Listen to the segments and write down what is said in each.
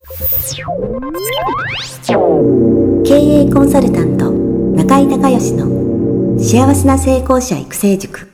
経営コンサルタント中井孝義の幸せな成功者育成塾。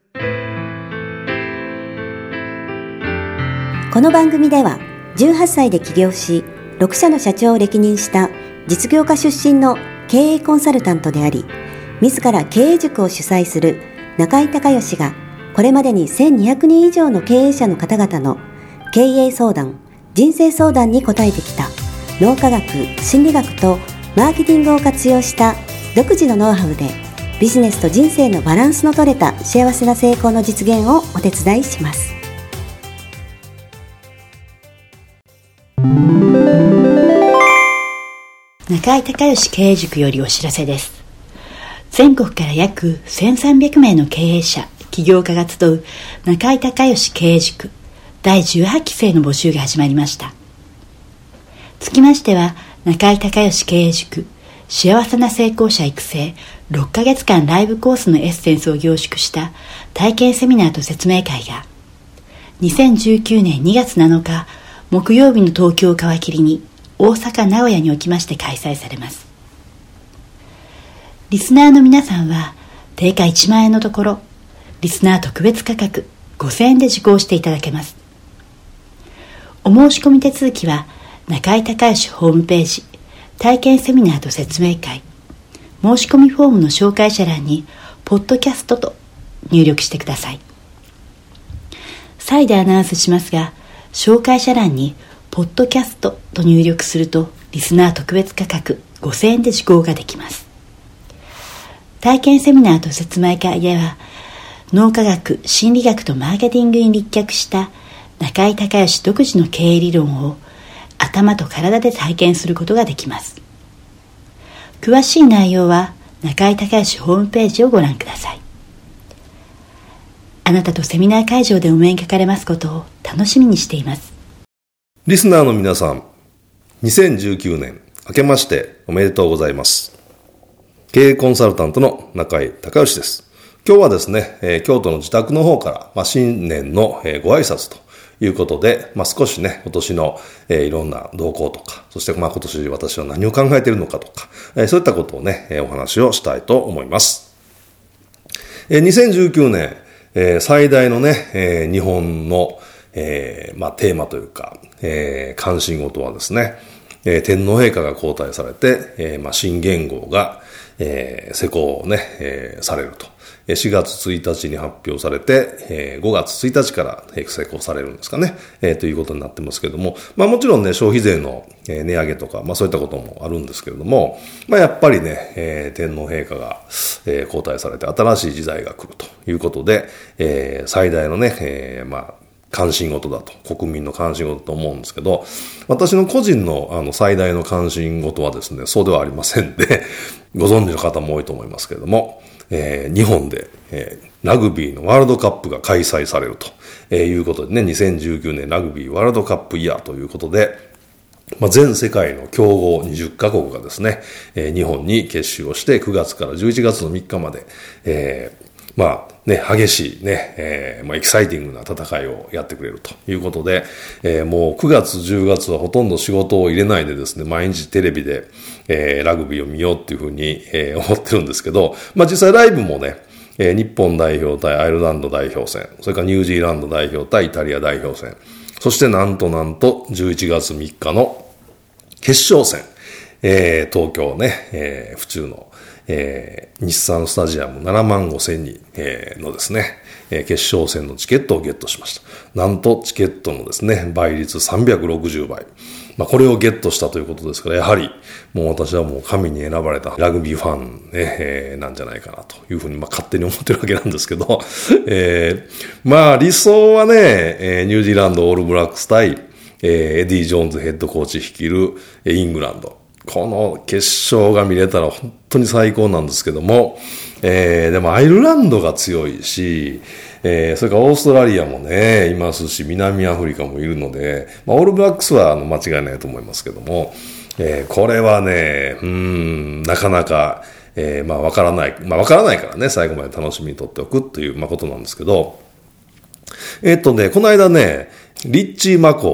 この番組では18歳で起業し6社の社長を歴任した実業家出身の経営コンサルタントであり、自ら経営塾を主催する中井孝義がこれまでに1200人以上の経営者の方々の経営相談、人生相談に応えてきた脳科学、心理学とマーケティングを活用した独自のノウハウでビジネスと人生のバランスの取れた幸せな成功の実現をお手伝いします。 中井孝義経営塾よりお知らせです。全国から約1300名の経営者、起業家が集う中井孝義経営塾第18期生の募集が始まりました。つきましては、中井孝義経営塾幸せな成功者育成6ヶ月間ライブコースのエッセンスを凝縮した体験セミナーと説明会が2019年2月7日木曜日の東京を皮切りに大阪、名古屋におきまして開催されます。リスナーの皆さんは定価1万円のところ、リスナー特別価格5000円で受講していただけます。お申し込み手続きは中井孝義ホームページ体験セミナーと説明会申し込みフォームの紹介者欄にポッドキャストと入力してください。再でアナウンスしますが、紹介者欄にポッドキャストと入力するとリスナー特別価格5000円で受講ができます。体験セミナーと説明会では脳科学、心理学とマーケティングに立脚した中井孝義独自の経営理論を頭と体で体験することができます。詳しい内容は中井孝義ホームページをご覧ください。あなたとセミナー会場でお目にかかれますことを楽しみにしています。 リスナーの皆さん、2019年明けましておめでとうございます。経営コンサルタントの中井孝義です。今日はですね、京都の自宅の方から、新年の、ご挨拶ということで、少しね、今年の、いろんな動向とか、そして今年私は何を考えているのかとか、そういったことをね、お話をしたいと思います。2019年、最大のね、日本の、テーマというか、関心事はですね、天皇陛下が交代されて、新元号が、施行をね、されると。4月1日に発表されて、5月1日から施行されるんですかね、ということになってますけれども、もちろんね、消費税の値上げとか、そういったこともあるんですけれども、やっぱりね、天皇陛下が、交代されて新しい時代が来るということで、最大のね、関心事だと、国民の関心事だと思うんですけど、私の個人の最大の関心事はですね、そうではありませんで、ご存知の方も多いと思いますけれども、日本で、ラグビーのワールドカップが開催されるということでね、2019年ラグビーワールドカップイヤーということで、全世界の強豪20カ国がですね、日本に結集をして9月から11月の3日まで、激しいね、エキサイティングな戦いをやってくれるということで、もう9月10月はほとんど仕事を入れないでですね、毎日テレビで、ラグビーを見ようっていうふうに、思ってるんですけど、実際ライブもね、日本代表対アイルランド代表戦、それからニュージーランド代表対イタリア代表戦、そしてなんと11月3日の決勝戦、東京ね、府中の日産スタジアム7万5千人のですね、決勝戦のチケットをゲットしました。なんとチケットのですね、倍率360倍。これをゲットしたということですから、やはりもう私はもう神に選ばれたラグビーファン、ねなんじゃないかなというふうに勝手に思ってるわけなんですけど、理想はね、ニュージーランドオールブラックス対エディ・ジョーンズヘッドコーチ率いるイングランド。この決勝が見れたら本当に最高なんですけども、でもアイルランドが強いし、それからオーストラリアもね、いますし、南アフリカもいるので、オールブラックスは間違いないと思いますけども、これはね、なかなか、わからないからね、最後まで楽しみにとっておくという、ことなんですけど、この間ね、リッチー・マコ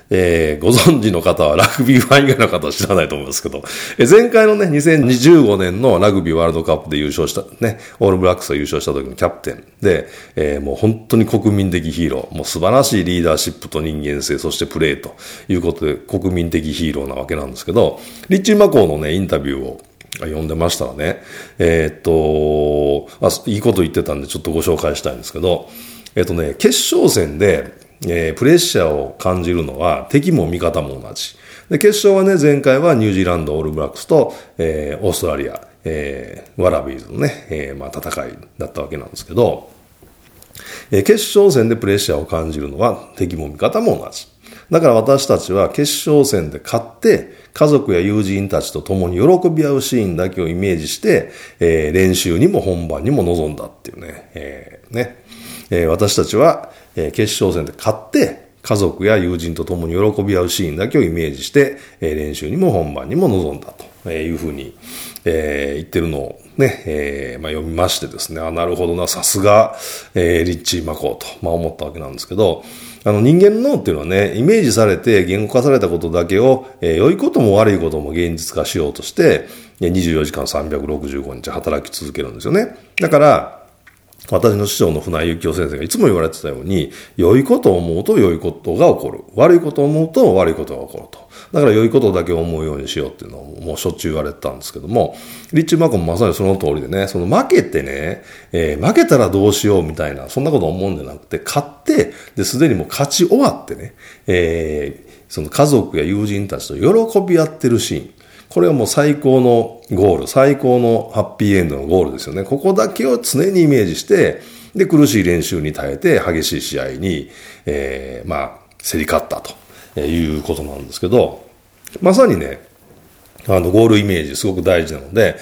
ご存知の方はラグビーファン以外の方は知らないと思いますけど、前回のね、2025年のラグビーワールドカップで優勝した、ね、オールブラックスが優勝した時のキャプテンで、もう本当に国民的ヒーロー、もう素晴らしいリーダーシップと人間性、そしてプレーということで国民的ヒーローなわけなんですけど、リッチー・マコーのね、インタビューを読んでましたらね、いいこと言ってたんでちょっとご紹介したいんですけど、決勝戦で、プレッシャーを感じるのは敵も味方も同じ。で、決勝はね、前回はニュージーランド、オールブラックスと、オーストラリア、ワラビーズのね、戦いだったわけなんですけど、決勝戦でプレッシャーを感じるのは敵も味方も同じ。だから私たちは決勝戦で勝って、家族や友人たちと共に喜び合うシーンだけをイメージして、練習にも本番にも臨んだっていうね。私たちは、決勝戦で勝って、家族や友人と共に喜び合うシーンだけをイメージして、練習にも本番にも臨んだというふうに、言ってるのをね、読みましてですね、なるほどな、さすが、リッチー・マコーと、思ったわけなんですけど、人間の脳っていうのはね、イメージされて言語化されたことだけを、良いことも悪いことも現実化しようとして、24時間365日働き続けるんですよね。だから、私の師匠の船井幸雄先生がいつも言われてたように、良いことを思うと良いことが起こる。悪いことを思うと悪いことが起こると。だから良いことだけ思うようにしようっていうのをもうしょっちゅう言われてたんですけども、リッチー・マコもまさにその通りでね、その負けてね、負けたらどうしようみたいな、そんなこと思うんじゃなくて、勝って、で、すでにもう勝ち終わってね、その家族や友人たちと喜び合ってるシーン。これはもう最高のゴール、最高のハッピーエンドのゴールですよね。ここだけを常にイメージして、で、苦しい練習に耐えて、激しい試合に、競り勝ったということなんですけど、まさにね、ゴールイメージすごく大事なので、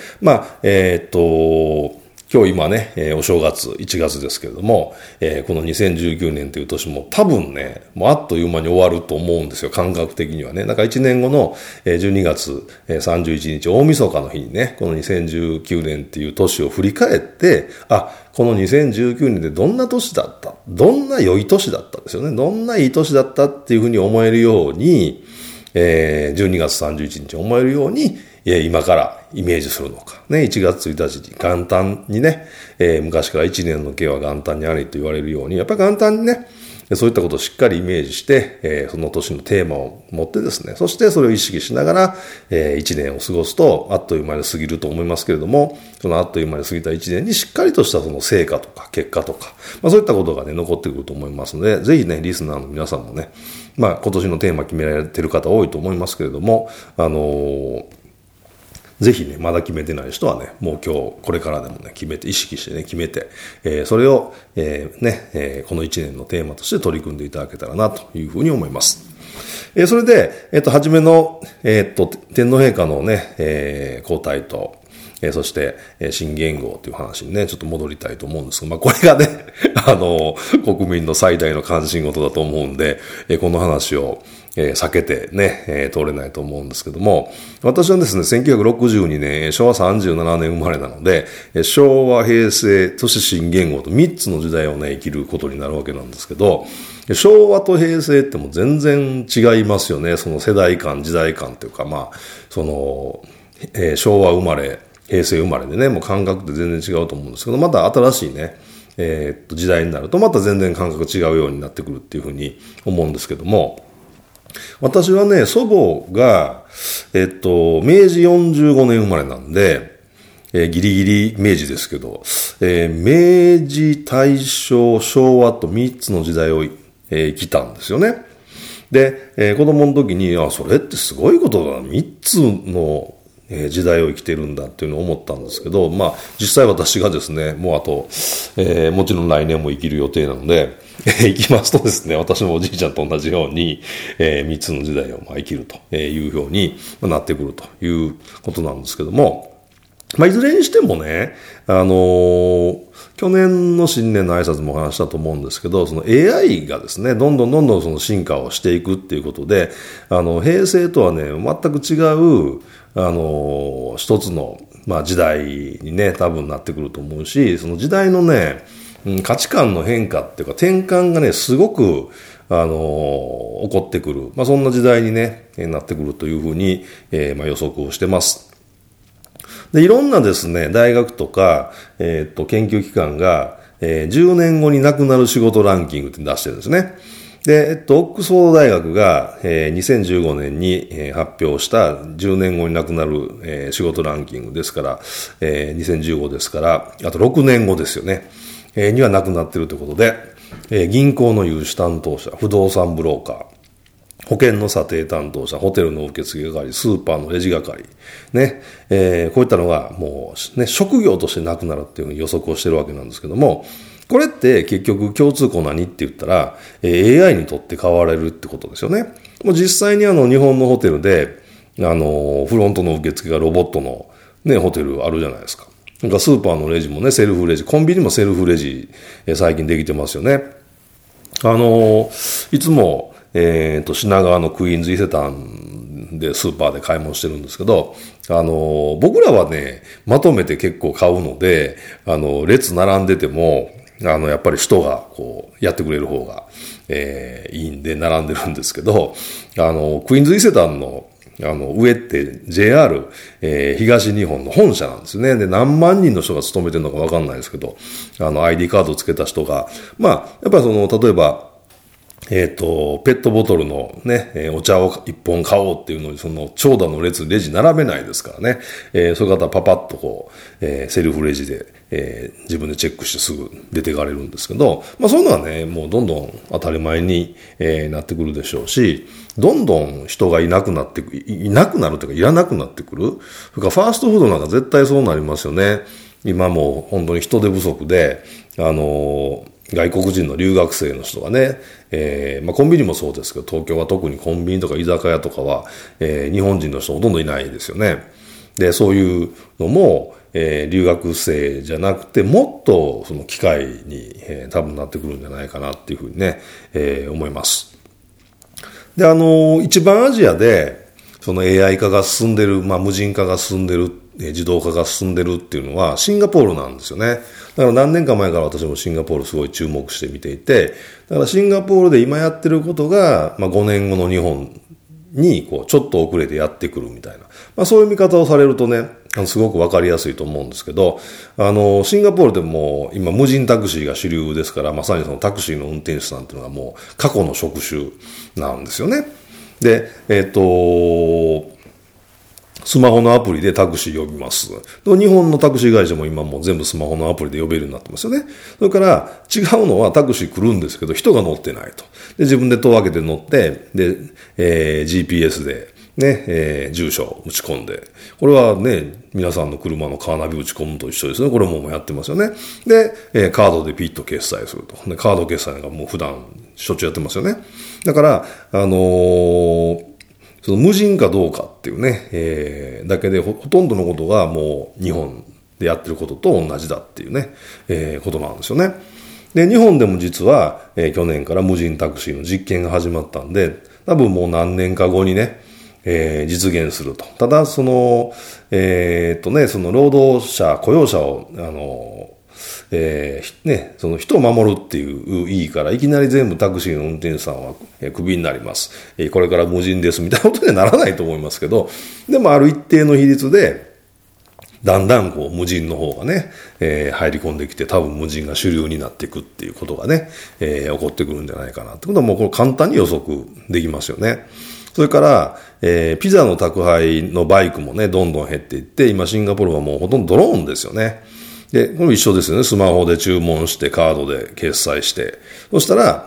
今日今ね、お正月、1月ですけれども、この2019年という年も多分ね、もうあっという間に終わると思うんですよ、感覚的にはね。だから1年後の12月31日、大晦日の日にね、この2019年っていう年を振り返って、この2019年でどんな年だった、どんな良い年だったんですよね。どんないい年だったっていうふうに思えるように、12月31日思えるように、今からイメージするのか。ね、1月1日に元旦にね、昔から1年の計は元旦にありと言われるように、やっぱり元旦にね、そういったことをしっかりイメージして、その年のテーマを持ってですね、そしてそれを意識しながら、1年を過ごすと、あっという間に過ぎると思いますけれども、そのあっという間に過ぎた1年にしっかりとしたその成果とか結果とか、そういったことがね、残ってくると思いますので、ぜひね、リスナーの皆さんもね、今年のテーマ決められている方多いと思いますけれども、ぜひね、まだ決めてない人はね、もう今日、これからでもね、決めて、意識してね、決めて、それを、この1年のテーマとして取り組んでいただけたらな、というふうに思います。それで、初めの、天皇陛下のね、皇太と、そして、新元号という話にね、ちょっと戻りたいと思うんですが、これがね、国民の最大の関心事だと思うんで、この話を、避けてね、通れないと思うんですけども、私はですね、1962年、昭和37年生まれなので、昭和、平成、そして新元号と3つの時代をね、生きることになるわけなんですけど、昭和と平成ってもう全然違いますよね。その世代間、時代間というか、昭和生まれ、平成生まれでね、もう感覚って全然違うと思うんですけど、また新しいね、時代になるとまた全然感覚違うようになってくるっていうふうに思うんですけども、私はね、祖母が、明治45年生まれなんで、ギリギリ明治ですけど、明治、大正、昭和と3つの時代を生きたんですよね。で、子供の時に、それってすごいことだな、3つの時代を生きてるんだっていうのを思ったんですけど、実際私がですね、もうあと、もちろん来年も生きる予定なので、生きますとですね、私のおじいちゃんと同じように、3つの時代を生きるというようになってくるということなんですけども、いずれにしてもね、去年の新年の挨拶もお話したと思うんですけど、その AI がですね、どんどんその進化をしていくっていうことで、平成とはね、全く違う、一つの、時代にね、多分なってくると思うし、その時代のね、価値観の変化っていうか転換がね、すごく、 起こってくる、そんな時代にね、なってくるというふうに、予測をしてます。で、いろんなですね、大学とか、研究機関が、10年後になくなる仕事ランキングって出してるんですね。で、オックスフォード大学が、2015年に、発表した10年後になくなる、仕事ランキングですから、2015ですから、あと6年後ですよね、にはなくなっているということで、銀行の融資担当者、不動産ブローカー、保険の査定担当者、ホテルの受付係、スーパーのレジ係、ね、こういったのがもうね、職業としてなくなるっていうふうに予測をしてるわけなんですけども、これって結局共通項何って言ったら、AI にとって変われるってことですよね。もう実際に日本のホテルで、フロントの受付がロボットのね、ホテルあるじゃないですか。なんかスーパーのレジもね、セルフレジ、コンビニもセルフレジ、最近できてますよね。いつも、品川のクイーンズ伊勢丹でスーパーで買い物してるんですけど、僕らはね、まとめて結構買うので、列並んでても、やっぱり人がこう、やってくれる方が、いいんで並んでるんですけど、クイーンズ伊勢丹の上って JR、東日本の本社なんですね。で、何万人の人が勤めてるのかわかんないですけど、ID カードをつけた人が、やっぱり例えば、ペットボトルのね、お茶を一本買おうっていうのに、長蛇の列、レジ並べないですからね。そういう方はパパッとこう、セルフレジで、自分でチェックしてすぐ出ていかれるんですけど、そういうのはね、もうどんどん当たり前に、なってくるでしょうし、どんどん人がいなくなるというか、いらなくなってくる。それからファーストフードなんか絶対そうなりますよね。今もう本当に人手不足で、外国人の留学生の人がね、コンビニもそうですけど、東京は特にコンビニとか居酒屋とかは、日本人の人ほとんどいないですよね。で、そういうのも、留学生じゃなくて、もっとその機会に、多分なってくるんじゃないかなっていうふうにね、思います。で、一番アジアで、その AI 化が進んでる、無人化が進んでる、自動化が進んでるっていうのはシンガポールなんですよね。だから何年か前から私もシンガポールすごい注目して見ていて、だからシンガポールで今やってることが、5年後の日本にこうちょっと遅れてやってくるみたいな、そういう見方をされるとね、すごくわかりやすいと思うんですけど、シンガポールでも今無人タクシーが主流ですから、まさにそのタクシーの運転手さんっていうのがもう過去の職種なんですよね。で、スマホのアプリでタクシー呼びます。日本のタクシー会社も今もう全部スマホのアプリで呼べるようになってますよね。それから違うのはタクシー来るんですけど人が乗ってないと。で、自分で戸を開けて乗って、で、GPS でね、住所を打ち込んで。これはね、皆さんの車のカーナビ打ち込むと一緒ですね。これもやってますよね。で、カードでピッと決済すると。で、カード決済なんかもう普段しょっちゅうやってますよね。だから、その無人かどうかっていうね、だけでほとんどのことがもう日本でやってることと同じだっていうね、ことなんですよね。で、日本でも実は、去年から無人タクシーの実験が始まったんで、多分もう何年か後にね、実現すると。ただ、その労働者、雇用者を、その人を守るっていういいから、いきなり全部タクシーの運転手さんはクビになります。これから無人ですみたいなことにはならないと思いますけど、でもある一定の比率で、だんだんこう無人の方がね、入り込んできて多分無人が主流になっていくっていうことがね、起こってくるんじゃないかなってことはもうこれ簡単に予測できますよね。それから、ピザの宅配のバイクもね、どんどん減っていって、今シンガポールはもうほとんどドローンですよね。で、これ一緒ですよね。スマホで注文して、カードで決済して。そしたら、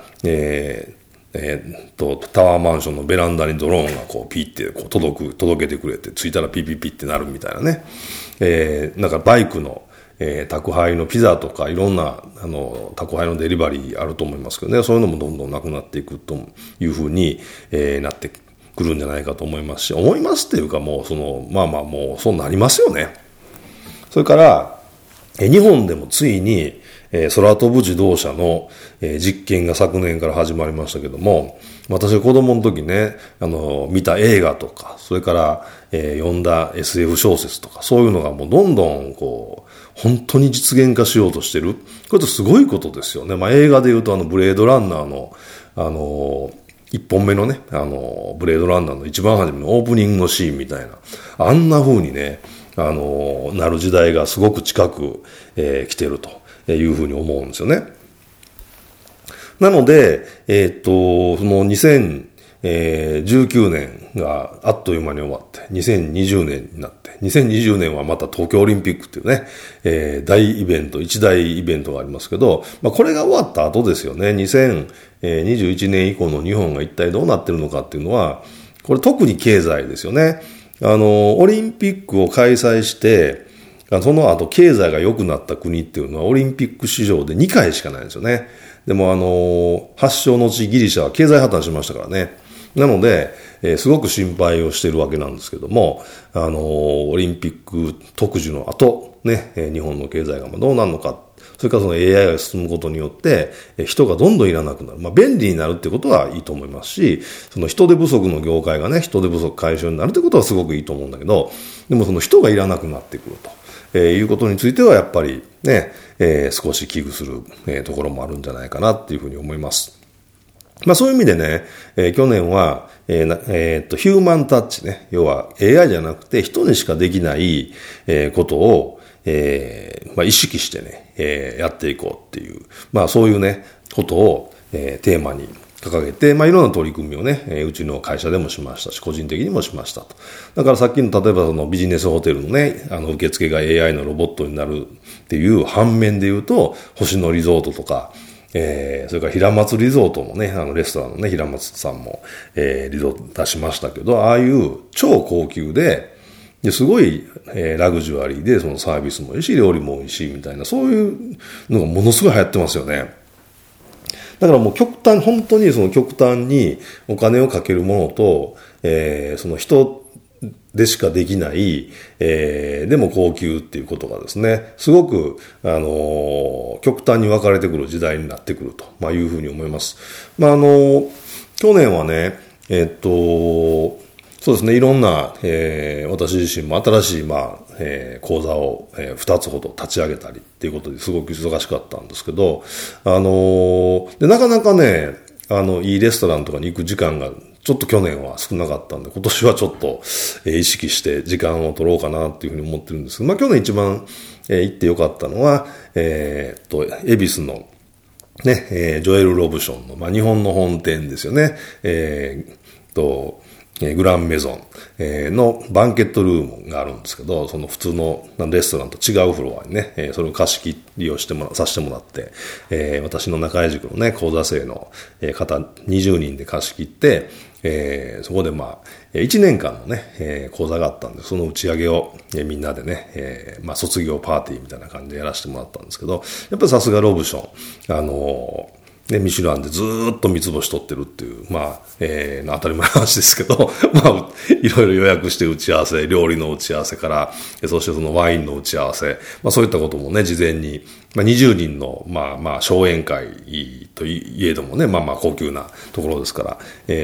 タワーマンションのベランダにドローンがこうピッてこう届けてくれて、着いたらピッピッピッってなるみたいなね。なんかバイクの、宅配のピザとかいろんな、宅配のデリバリーあると思いますけどね。そういうのもどんどんなくなっていくというふうに、なってくるんじゃないかと思いますし、思いますっていうかもうもうそうなりますよね。それから、 日本でもついに、空飛ぶ自動車の、実験が昨年から始まりましたけども、私が子供の時ね、見た映画とか、それから、読んだ SF 小説とか、そういうのがもうどんどん本当に実現化しようとしてる。これってすごいことですよね。映画で言うとブレードランナーの、一本目のね、ブレードランナーの一番初めのオープニングのシーンみたいな、あんな風にね、なる時代がすごく近く、来てるというふうに思うんですよね。なので、その2019年があっという間に終わって、2020年になって、2020年はまた東京オリンピックっていうね、大イベント、一大イベントがありますけど、これが終わった後ですよね。2021年以降の日本が一体どうなってるのかっていうのは、これ特に経済ですよね。オリンピックを開催して、その後経済が良くなった国っていうのはオリンピック史上で2回しかないんですよね。でも発祥の地ギリシャは経済破綻しましたからね。なので、すごく心配をしているわけなんですけども、オリンピック特需の後、ね、日本の経済がどうなるのか、それからその AI が進むことによって、人がどんどんいらなくなる。便利になるってことはいいと思いますし、その人手不足の業界がね、人手不足解消になるってことはすごくいいと思うんだけど、でもその人がいらなくなってくると、いうことについてはやっぱりね、少し危惧する、ところもあるんじゃないかなっていうふうに思います。そういう意味でね、去年は、ヒューマンタッチね、要は AI じゃなくて人にしかできない、ことを、意識してね、やっていこうっていう、そういうね、ことを、テーマに掲げて、いろんな取り組みをね、うちの会社でもしましたし、個人的にもしましたと。だからさっきの例えばそのビジネスホテルのね、受付が AI のロボットになるっていう反面で言うと、星野リゾートとか、それから平松リゾートもね、レストランのね、平松さんも、リゾート出しましたけど、ああいう超高級すごい、ラグジュアリーで、そのサービスもいいし、料理もいいし、みたいな、そういうのがものすごい流行ってますよね。だからもう本当にその極端にお金をかけるものと、その人でしかできない、でも高級っていうことがですね、すごく、極端に分かれてくる時代になってくると、いうふうに思います。去年はね、そうですね、いろんな、私自身も新しい、講座を、2つほど立ち上げたりっていうことですごく忙しかったんですけど、でなかなかね、いいレストランとかに行く時間がちょっと去年は少なかったんで、今年はちょっと、意識して時間を取ろうかなっていうふうに思ってるんですけど、去年一番、行ってよかったのは、恵比寿のね、ジョエル・ロブションの、日本の本店ですよね。グランメゾンのバンケットルームがあるんですけど、その普通のレストランと違うフロアにね、それを貸し切りをさせてもらって、私の中井塾のね、講座生の方20人で貸し切って、そこで1年間のね、講座があったんで、その打ち上げをみんなでね、卒業パーティーみたいな感じでやらせてもらったんですけど、やっぱりさすがロブション、ミシュランでずーっと三つ星取ってるっていう、当たり前の話ですけど、いろいろ予約して打ち合わせ、料理の打ち合わせから、そしてそのワインの打ち合わせ、そういったこともね、事前に、20人の、小宴会といえどもね、高級なところですから、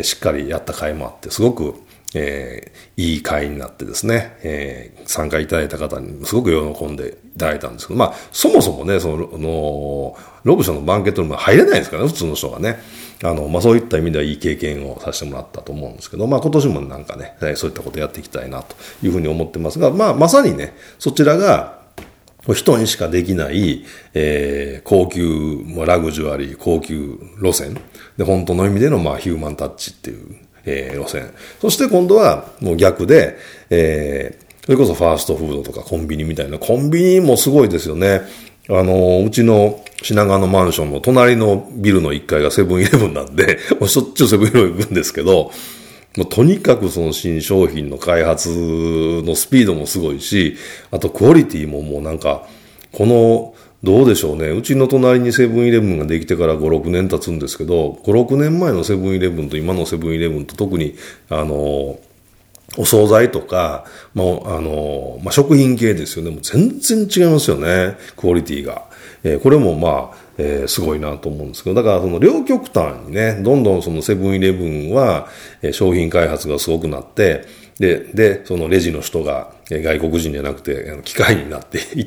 しっかりやった会もあって、すごく、いい会になってですね、参加いただいた方にすごく喜んでいただいたんですけど、そもそもね、ロブションのバンケットルーム入れないですからね、普通の人がね。そういった意味ではいい経験をさせてもらったと思うんですけど、今年もなんかね、そういったことやっていきたいなというふうに思ってますが、まさにね、そちらが、人にしかできない、高級、ラグジュアリー、高級路線。で、本当の意味での、ヒューマンタッチっていう、路線。そして今度はもう逆で、それこそファーストフードとかコンビニみたいな、コンビニもすごいですよね。うちの品川のマンションの隣のビルの1階がセブンイレブンなんで、しょっちゅうセブンイレブン行くんですけど、もうとにかくその新商品の開発のスピードもすごいし、あとクオリティももうなんか、どうでしょうね。うちの隣にセブンイレブンができてから5、6年経つんですけど、5、6年前のセブンイレブンと今のセブンイレブンと特に、 お惣菜とか、食品系ですよね。もう全然違いますよね。クオリティが。これもすごいなと思うんですけど、だからその両極端にね、どんどんそのセブンイレブンは商品開発がすごくなって、で、そのレジの人が外国人じゃなくて機械になっていって、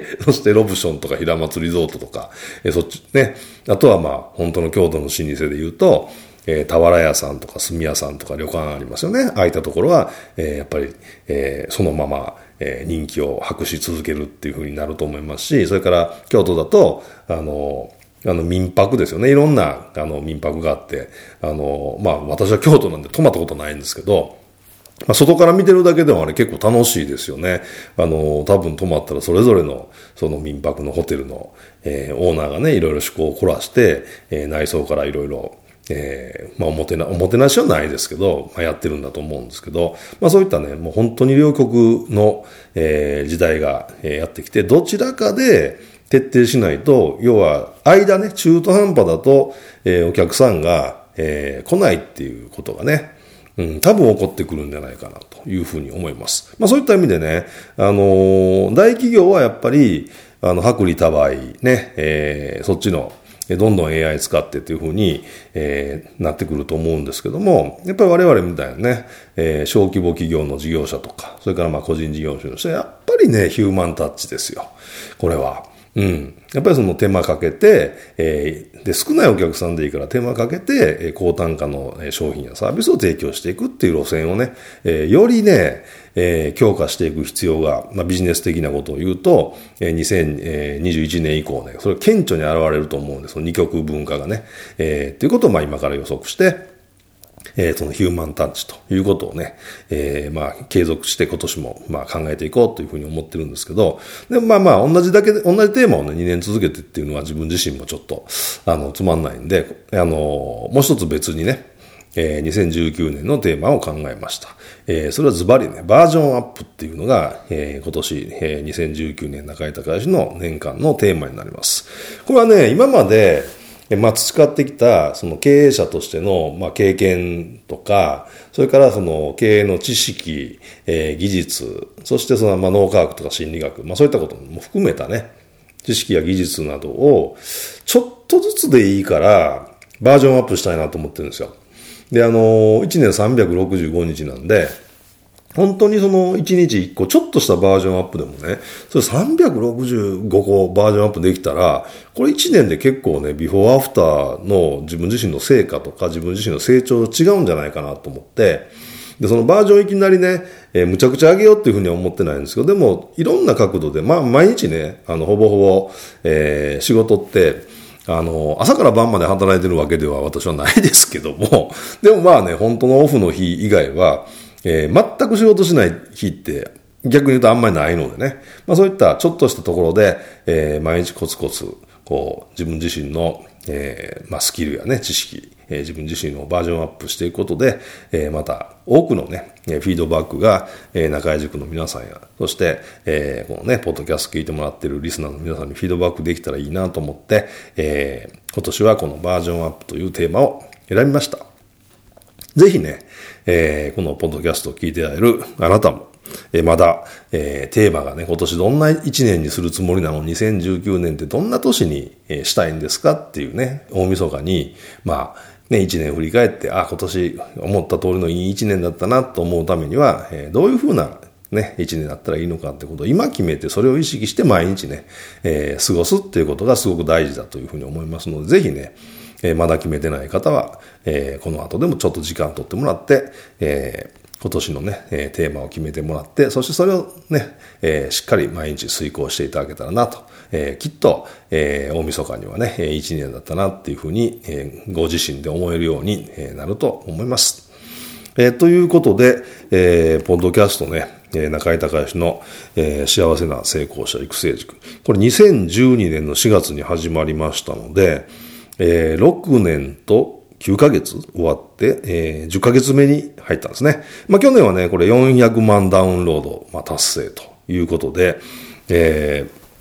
そしてロブションとか平松リゾートとか、そっちね、あとは本当の京都の老舗で言うと、俵屋さんとか炭屋さんとか旅館ありますよね。ああいったところは、やっぱり、そのまま、人気を博し続けるっていう風になると思いますし、それから京都だと、民泊ですよね。いろんな、民泊があって、私は京都なんで泊まったことないんですけど、外から見てるだけでもあれ結構楽しいですよね。多分泊まったらそれぞれのその民泊のホテルの、オーナーがね、いろいろ趣向を凝らして、内装からいろいろ、おもてなしはないですけど、やってるんだと思うんですけど、そういったね、もう本当に両極の、時代が、やってきて、どちらかで徹底しないと、要は間ね、中途半端だと、お客さんが、来ないっていうことがね、多分起こってくるんじゃないかなというふうに思います。そういった意味でね、大企業はやっぱり、薄利多売ね、そっちの、どんどん AI 使ってっていうふうに、なってくると思うんですけども、やっぱり我々みたいなね、小規模企業の事業者とか、それから個人事業主として、やっぱりね、ヒューマンタッチですよ。これは。やっぱりその手間かけて、で、少ないお客さんでいいから手間かけて、高単価の商品やサービスを提供していくっていう路線をね、よりね、強化していく必要が、ビジネス的なことを言うと、2021年以降ね、それ顕著に現れると思うんです。その二極分化がね。ということを今から予測して、そのヒューマンタッチということをね、継続して今年も考えていこうというふうに思ってるんですけど、でも同じテーマをね、2年続けてっていうのは自分自身もちょっと、つまんないんで、もう一つ別にね、2019年のテーマを考えました。それはズバリね、バージョンアップっていうのが、今年、2019年中井隆義の年間のテーマになります。これはね、今まで、培ってきた、その経営者としての、経験とか、それからその経営の知識、技術、そしてその脳科学とか心理学、そういったことも含めたね、知識や技術などを、ちょっとずつでいいから、バージョンアップしたいなと思ってるんですよ。で、1年365日なんで、本当にその1日1個ちょっとしたバージョンアップでもね、それ365個バージョンアップできたら、これ1年で結構ね、ビフォーアフターの自分自身の成果とか自分自身の成長違うんじゃないかなと思って、で、そのバージョンいきなりね、むちゃくちゃ上げようっていうふうには思ってないんですけど、でも、いろんな角度で、毎日ね、ほぼほぼ、仕事って、朝から晩まで働いてるわけでは私はないですけども、でもね、本当のオフの日以外は、全く仕事しない日って逆に言うとあんまりないのでね。そういったちょっとしたところで、毎日コツコツ、自分自身の、スキルやね、知識、自分自身のバージョンアップしていくことで、また多くのね、フィードバックが、中井塾の皆さんや、そして、このね、ポッドキャスト聞いてもらっているリスナーの皆さんにフィードバックできたらいいなと思って、今年はこのバージョンアップというテーマを選びました。ぜひね、このポッドキャストを聞いてられるあなたも、まだ、テーマがね、今年どんな1年にするつもりなの ?2019 年ってどんな年にしたいんですかっていうね、大晦日に、1年振り返って、今年思った通りのいい1年だったなと思うためには、どういうふうなね、1年だったらいいのかってことを今決めて、それを意識して毎日ね、過ごすっていうことがすごく大事だというふうに思いますので、ぜひね、まだ決めてない方は、この後でもちょっと時間取ってもらって、今年のね、テーマを決めてもらって、そしてそれをね、しっかり毎日遂行していただけたらなと、きっと、大晦日にはね、1年だったなっていうふうに、ご自身で思えるようになると思います。ということで、ポッドキャストね、中井隆義の、幸せな成功者育成塾。これ2012年の4月に始まりましたので、6年と9ヶ月終わって、10ヶ月目に入ったんですね。去年はね、これ400万ダウンロード、達成ということで、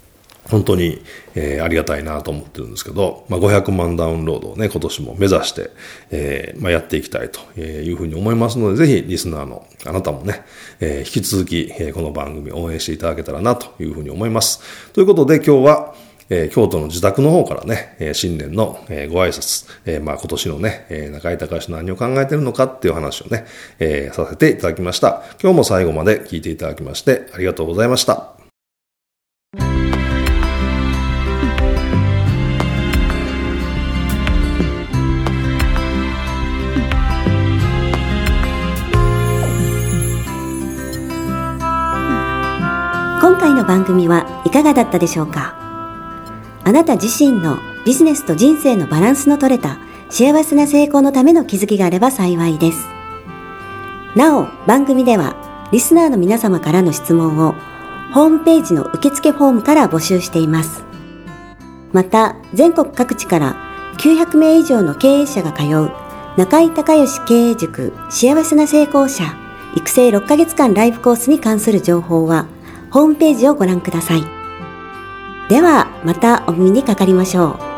本当に、ありがたいなと思ってるんですけど、500万ダウンロードをね、今年も目指して、やっていきたいというふうに思いますので、ぜひリスナーのあなたもね、引き続き、この番組を応援していただけたらなというふうに思います。ということで今日は、京都の自宅の方からね、新年の、ご挨拶、今年のね、中井隆何を考えているのかっていう話をね、させていただきました。今日も最後まで聞いていただきましてありがとうございました。 今回の番組はいかがだったでしょうか。あなた自身のビジネスと人生のバランスの取れた幸せな成功のための気づきがあれば幸いです。なお、番組ではリスナーの皆様からの質問をホームページの受付フォームから募集しています。また、全国各地から900名以上の経営者が通う中井隆義経営塾幸せな成功者育成6ヶ月間ライブコースに関する情報はホームページをご覧ください。ではまたお耳にかかりましょう。